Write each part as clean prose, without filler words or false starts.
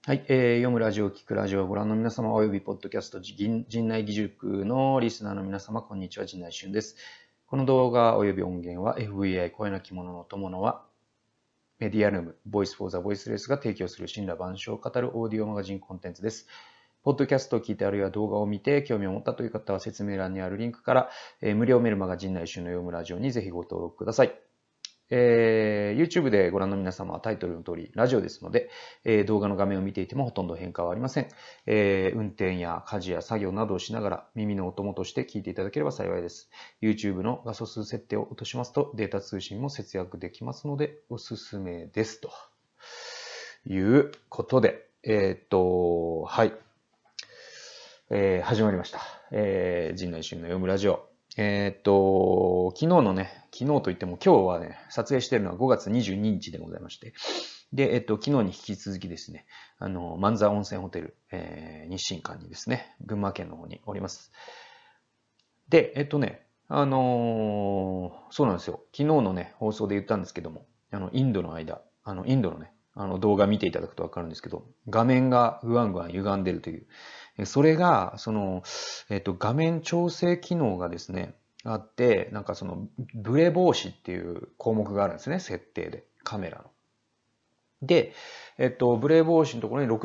はい、読むラジオ、聞くラジオをご覧の皆様およびポッドキャスト陣内義塾のリスナーの皆様、こんにちは、陣内俊です。この動画および音源は FVI 声なき者の友のはメディアルーム Voice for the Voiceless が提供する神羅万象を語るオーディオマガジンコンテンツです。ポッドキャストを聞いてあるいは動画を見て興味を持ったという方は説明欄にあるリンクから、無料メルマガ陣内俊の読むラジオにぜひご登録ください。YouTube でご覧の皆様はタイトルの通りラジオですので、動画の画面を見ていてもほとんど変化はありません。運転や家事や作業などをしながら耳のお供として聞いていただければ幸いです。YouTube の画素数設定を落としますとデータ通信も節約できますのでおすすめです。ということで、はい。始まりました。陣内俊の読むラジオ。昨日といっても今日はね、撮影しているのは5月22日でございまして。で、昨日に引き続きですね、万座温泉ホテル、日進館にですね、群馬県の方におります。で、そうなんですよ。昨日のね、放送で言ったんですけども、インドのね、動画見ていただくとわかるんですけど、画面がぐわんぐわん歪んでるという。それが、画面調整機能がですね、あって、なんかブレ防止っていう項目があるんですね、設定で。カメラの。で、ブレ防止のところに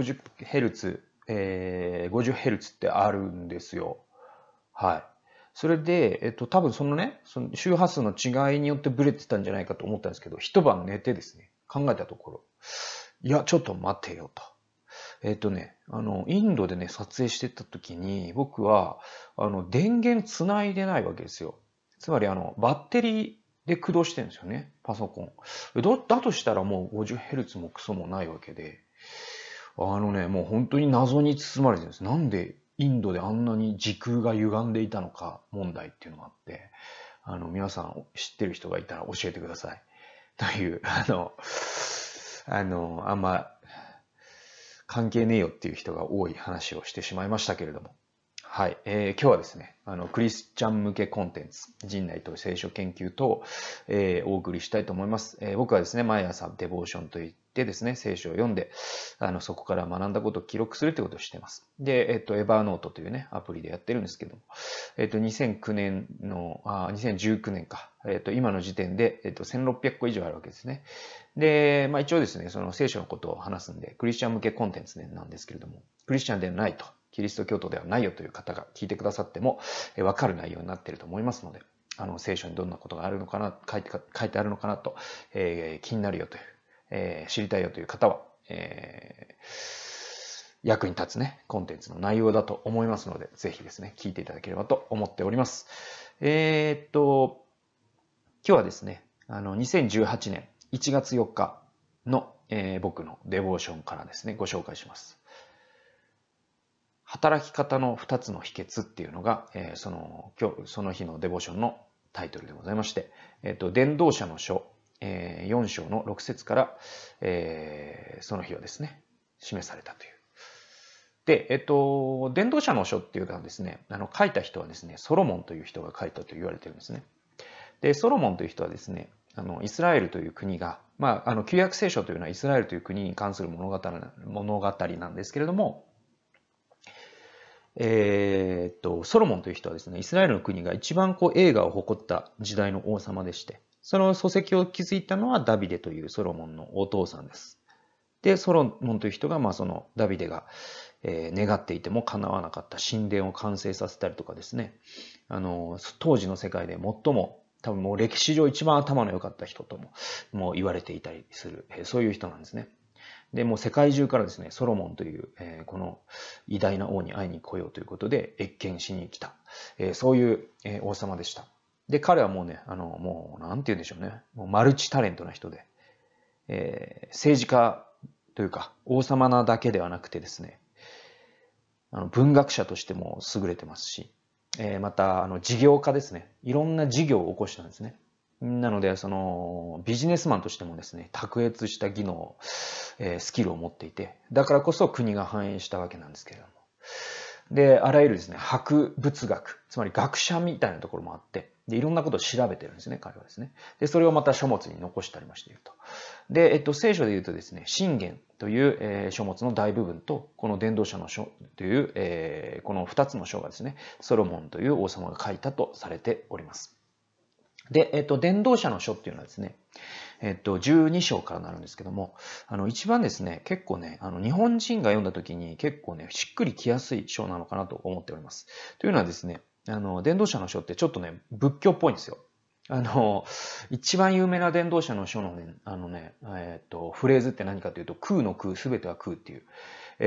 60Hz、50Hz ってあるんですよ。はい。それで、多分その周波数の違いによってブレてたんじゃないかと思ったんですけど、一晩寝てですね、考えたところ、いや、ちょっと待てよと。インドでね、撮影してた時に、僕は、電源つないでないわけですよ。つまり、バッテリーで駆動してるんですよね、パソコン。だとしたらもう 50Hz もクソもないわけで、もう本当に謎に包まれてるんです。なんでインドであんなに時空が歪んでいたのか問題っていうのがあって、皆さん知ってる人がいたら教えてください。という、あんま関係ねえよっていう人が多い話をしてしまいましたけれども。はい。今日はですね、クリスチャン向けコンテンツ、陣内と聖書研究と、お送りしたいと思います。僕はですね、毎朝デボーションといってですね、聖書を読んで、そこから学んだことを記録するということをしています。で、エバーノートというね、アプリでやってるんですけども、2019年か、今の時点で、1600個以上あるわけですね。で、一応ですね、その聖書のことを話すんで、クリスチャン向けコンテンツなんですけれども、クリスチャンではないと、キリスト教徒ではないよという方が聞いてくださっても、わかる内容になっていると思いますので、聖書にどんなことがあるのかな、書いてあるのかなと、気になるよという、知りたいよという方は、役に立つね、コンテンツの内容だと思いますので、ぜひですね、聞いていただければと思っております。今日はですね、2018年1月4日の、僕のデボーションからですね、ご紹介します。働き方の2つの秘訣っていうのが、その日のデボーションのタイトルでございまして、伝道者の書、4章の6節から、その日はですね、示されたという。で、伝道者の書っていうのはですね、書いた人はですね、ソロモンという人が書いたと言われてるんですね。で、ソロモンという人はですね、イスラエルという国が、旧約聖書というのはイスラエルという国に関する物語なんですけれども、ソロモンという人はですね、イスラエルの国が一番栄華を誇った時代の王様でして、その礎石を築いたのはダビデというソロモンのお父さんです。で、ソロモンという人が、そのダビデが、願っていても叶わなかった神殿を完成させたりとかですね、当時の世界で最も多分もう歴史上一番頭の良かった人とも言われていたりする、そういう人なんですね。で、もう世界中からですね、ソロモンという、この偉大な王に会いに来ようということで謁見しに来た、そういう、王様でした。で、彼はもうね、もうなんて言うんでしょうね、もうマルチタレントな人で、政治家というか王様なだけではなくてですね、文学者としても優れてますし、また事業家ですね、いろんな事業を起こしたんですね。なので、ビジネスマンとしてもですね、卓越した技能、スキルを持っていて、だからこそ国が繁栄したわけなんですけれども。で、あらゆるですね、博物学、つまり学者みたいなところもあって、 で、いろんなことを調べてるんですね、彼はですね。で、それをまた書物に残したりもしていると。で、聖書で言うとですね、箴言という、書物の大部分と、この伝道者の書という、この2つの書がですね、ソロモンという王様が書いたとされております。で、伝道者の書っていうのはですね、12章からなるんですけども、一番ですね、結構ね、日本人が読んだ時に結構ね、しっくりきやすい書なのかなと思っております。というのはですね、伝道者の書ってちょっとね、仏教っぽいんですよ。一番有名な伝道者の書のね、フレーズって何かというと、空の空、すべては空っていう。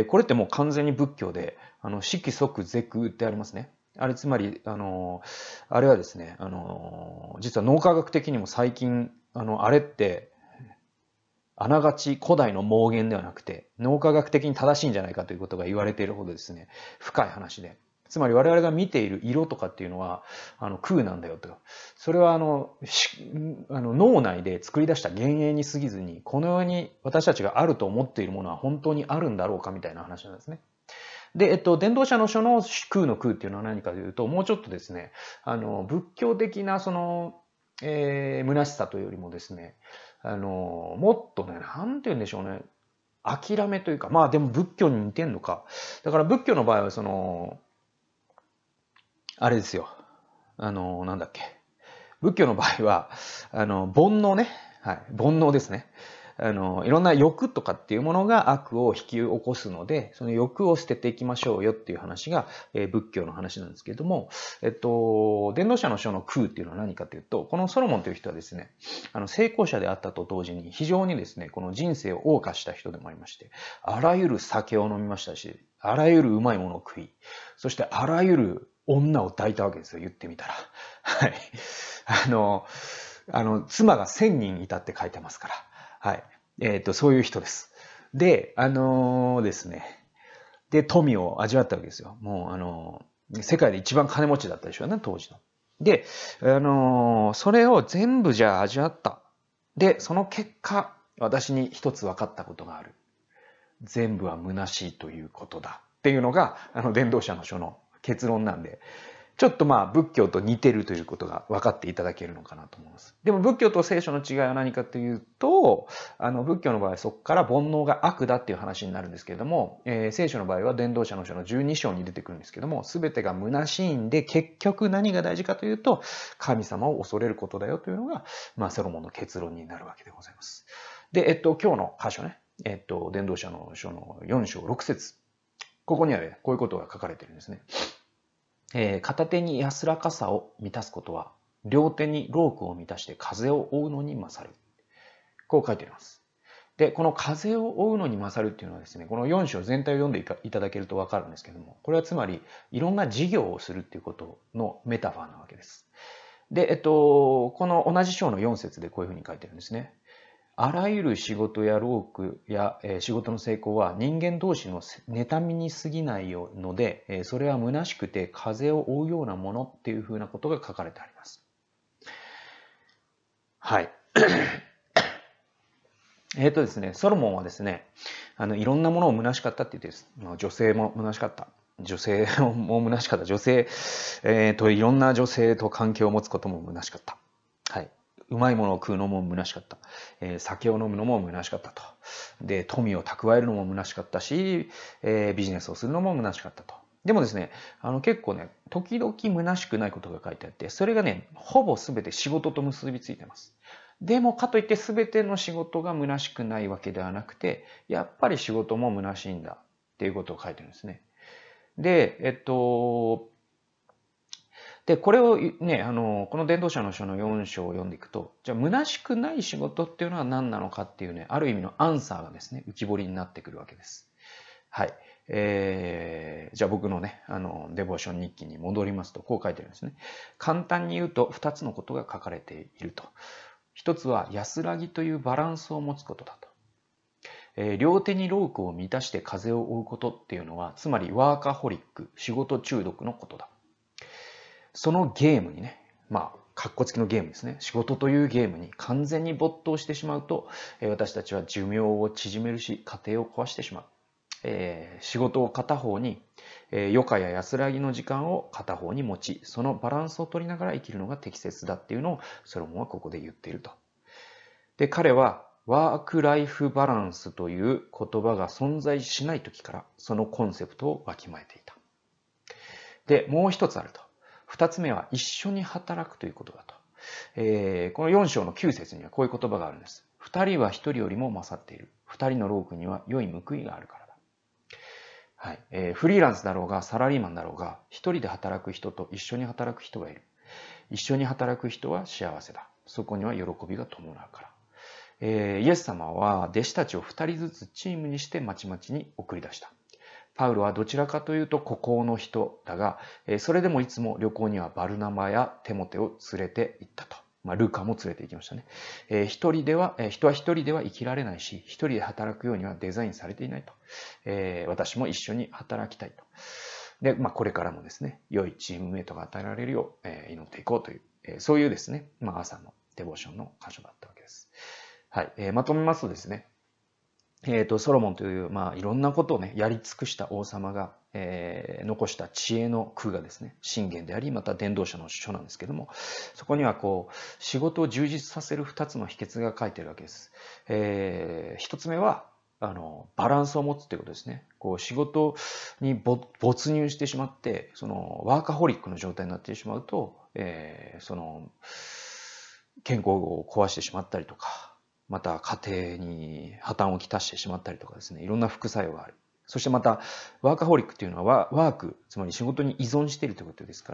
これってもう完全に仏教で、色即是空ってありますね。あれつまり、あれはですね、実は脳科学的にも最近、あれって、あながち古代の妄言ではなくて、脳科学的に正しいんじゃないかということが言われているほどですね、深い話で。つまり我々が見ている色とかっていうのは、空なんだよと。それは脳内で作り出した幻影に過ぎずに、この世に私たちがあると思っているものは本当にあるんだろうかみたいな話なんですね。で、伝道者の書の空の空っていうのは何かというと、もうちょっとですね、仏教的なその、虚しさというよりもですね、もっとね、なんて言うんでしょうね、諦めというか、まあでも仏教に似てんのか。だから仏教の場合はその、あれですよ、なんだっけ。仏教の場合は、煩悩ね。はい。煩悩ですね。いろんな欲とかっていうものが悪を引き起こすので、その欲を捨てていきましょうよっていう話が、仏教の話なんですけれども、伝道者の書の空っていうのは何かというと、このソロモンという人はですね、成功者であったと同時に非常にですね、この人生を謳歌した人でもありまして、あらゆる酒を飲みましたし、あらゆるうまいものを食い、そしてあらゆる女を抱いたわけですよ、言ってみたら。はい。妻が1000人いたって書いてますから。はい。そういう人です。で、ですね。で、富を味わったわけですよ。もう、世界で一番金持ちだったでしょうね、当時の。で、それを全部じゃあ味わった。で、その結果、私に一つ分かったことがある。全部は虚しいということだ。っていうのが、伝道者の書の結論なんで、ちょっとまあ仏教と似てるということが分かっていただけるのかなと思います。でも仏教と聖書の違いは何かというと、仏教の場合はそこから煩悩が悪だっていう話になるんですけれども、聖書の場合は伝道者の書の12章に出てくるんですけども、すべてが虚しいんで結局何が大事かというと、神様を恐れることだよというのが、まあソロモンの結論になるわけでございます。で、今日の箇所ね、伝道者の書の4章6節。ここにはね、こういうことが書かれているんですね。片手に安らかさを満たすことは、両手に労苦を満たして風を追うのに勝る。こう書いてあります。で、この風を追うのに勝るっていうのはですね、この4章全体を読んでいただけるとわかるんですけども、これはつまり、いろんな事業をするっていうことのメタファーなわけです。で、この同じ章の4節でこういうふうに書いてるんですね。あらゆる仕事や労苦や仕事の成功は人間同士の妬みに過ぎないので、それは虚しくて風を追うようなものっていうふうなことが書かれてあります。はい。ですね、ソロモンはですね、いろんなものを虚しかったって言ってです、女性も虚しかった。女性も虚しかった。女性、いろんな女性と関係を持つことも虚しかった。はい。うまいものを食うのも虚しかった。酒を飲むのも虚しかったと。で、富を蓄えるのも虚しかったし、ビジネスをするのも虚しかったと。でもですね、結構ね、時々虚しくないことが書いてあって、それがね、ほぼ全て仕事と結びついてます。でもかといって全ての仕事が虚しくないわけではなくて、やっぱり仕事も虚しいんだっていうことを書いてるんですね。で、で、これをね、この伝道者の書の4章を読んでいくと、じゃあ、虚しくない仕事っていうのは何なのかっていうね、ある意味のアンサーがですね、浮き彫りになってくるわけです。はい。じゃあ僕のね、デボーション日記に戻りますと、こう書いてるんですね。簡単に言うと、2つのことが書かれていると。一つは、安らぎというバランスを持つことだと。両手に労苦を満たして風を追うことっていうのは、つまりワーカホリック、仕事中毒のことだ。そのゲームにね、まあ、カッコつきのゲームですね。仕事というゲームに完全に没頭してしまうと、私たちは寿命を縮めるし、家庭を壊してしまう。 仕事を片方に、余暇や安らぎの時間を片方に持ち、そのバランスを取りながら生きるのが適切だっていうのをソロモンはここで言っていると。で、彼はワークライフバランスという言葉が存在しない時からそのコンセプトをわきまえていた。で、もう一つあると。二つ目は一緒に働くということだと。この4章の9節にはこういう言葉があるんです。二人は一人よりも勝っている。二人の労苦には良い報いがあるからだ。はい。フリーランスだろうがサラリーマンだろうが、一人で働く人と一緒に働く人がいる。一緒に働く人は幸せだ。そこには喜びが伴うから。イエス様は弟子たちを2人ずつチームにしてまちまちに送り出した。パウロはどちらかというと孤高の人だが、それでもいつも旅行にはバルナバやテモテを連れて行ったと。ルカも連れて行きましたね。人は一人では生きられないし、一人で働くようにはデザインされていないと。私も一緒に働きたいと。で、これからもですね、良いチームメイトが与えられるよう祈っていこうという、そういうですね、朝のデボーションの箇所だったわけです。はい。まとめますとですね、ソロモンという、いろんなことをね、やり尽くした王様が、残した知恵の句がですね、箴言であり、また伝道者の書なんですけども、そこには仕事を充実させる2つの秘訣が書いてあるわけです。1つ目は、バランスを持つということですね。仕事に没入してしまって、ワーカホリックの状態になってしまうと、健康を壊してしまったりとか、また家庭に破綻をきたしてしまったりとかですね、いろんな副作用がある。そしてまた、ワーカホリックというのはワーク、つまり仕事に依存しているということですから、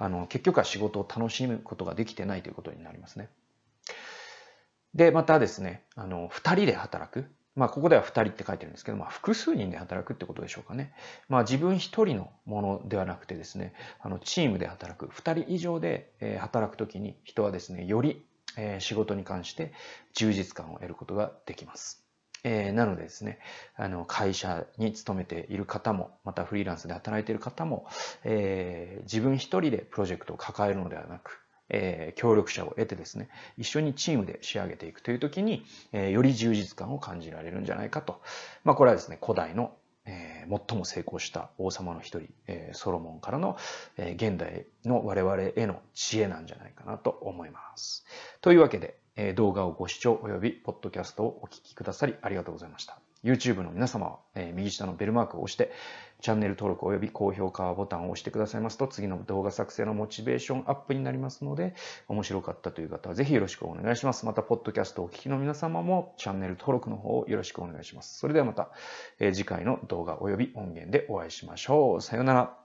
結局は仕事を楽しむことができてないということになりますね。で、またですね、二人で働く。ここでは二人って書いてるんですけど、複数人で働くってことでしょうかね。自分一人のものではなくてですね、チームで働く。二人以上で働くときに人はですね、より仕事に関して充実感を得ることができます。なのでですね、会社に勤めている方も、またフリーランスで働いている方も、自分一人でプロジェクトを抱えるのではなく、協力者を得てですね、一緒にチームで仕上げていくという時に、より充実感を感じられるんじゃないかと。これはですね、古代の最も成功した王様の一人、ソロモンからの、現代の我々への知恵なんじゃないかなと思います。というわけで、動画をご視聴及びポッドキャストをお聞きくださりありがとうございました。YouTube の皆様は、右下のベルマークを押して、チャンネル登録及び高評価ボタンを押してくださいますと、次の動画作成のモチベーションアップになりますので、面白かったという方はぜひよろしくお願いします。また、ポッドキャストをお聞きの皆様もチャンネル登録の方をよろしくお願いします。それではまた、次回の動画及び音源でお会いしましょう。さようなら。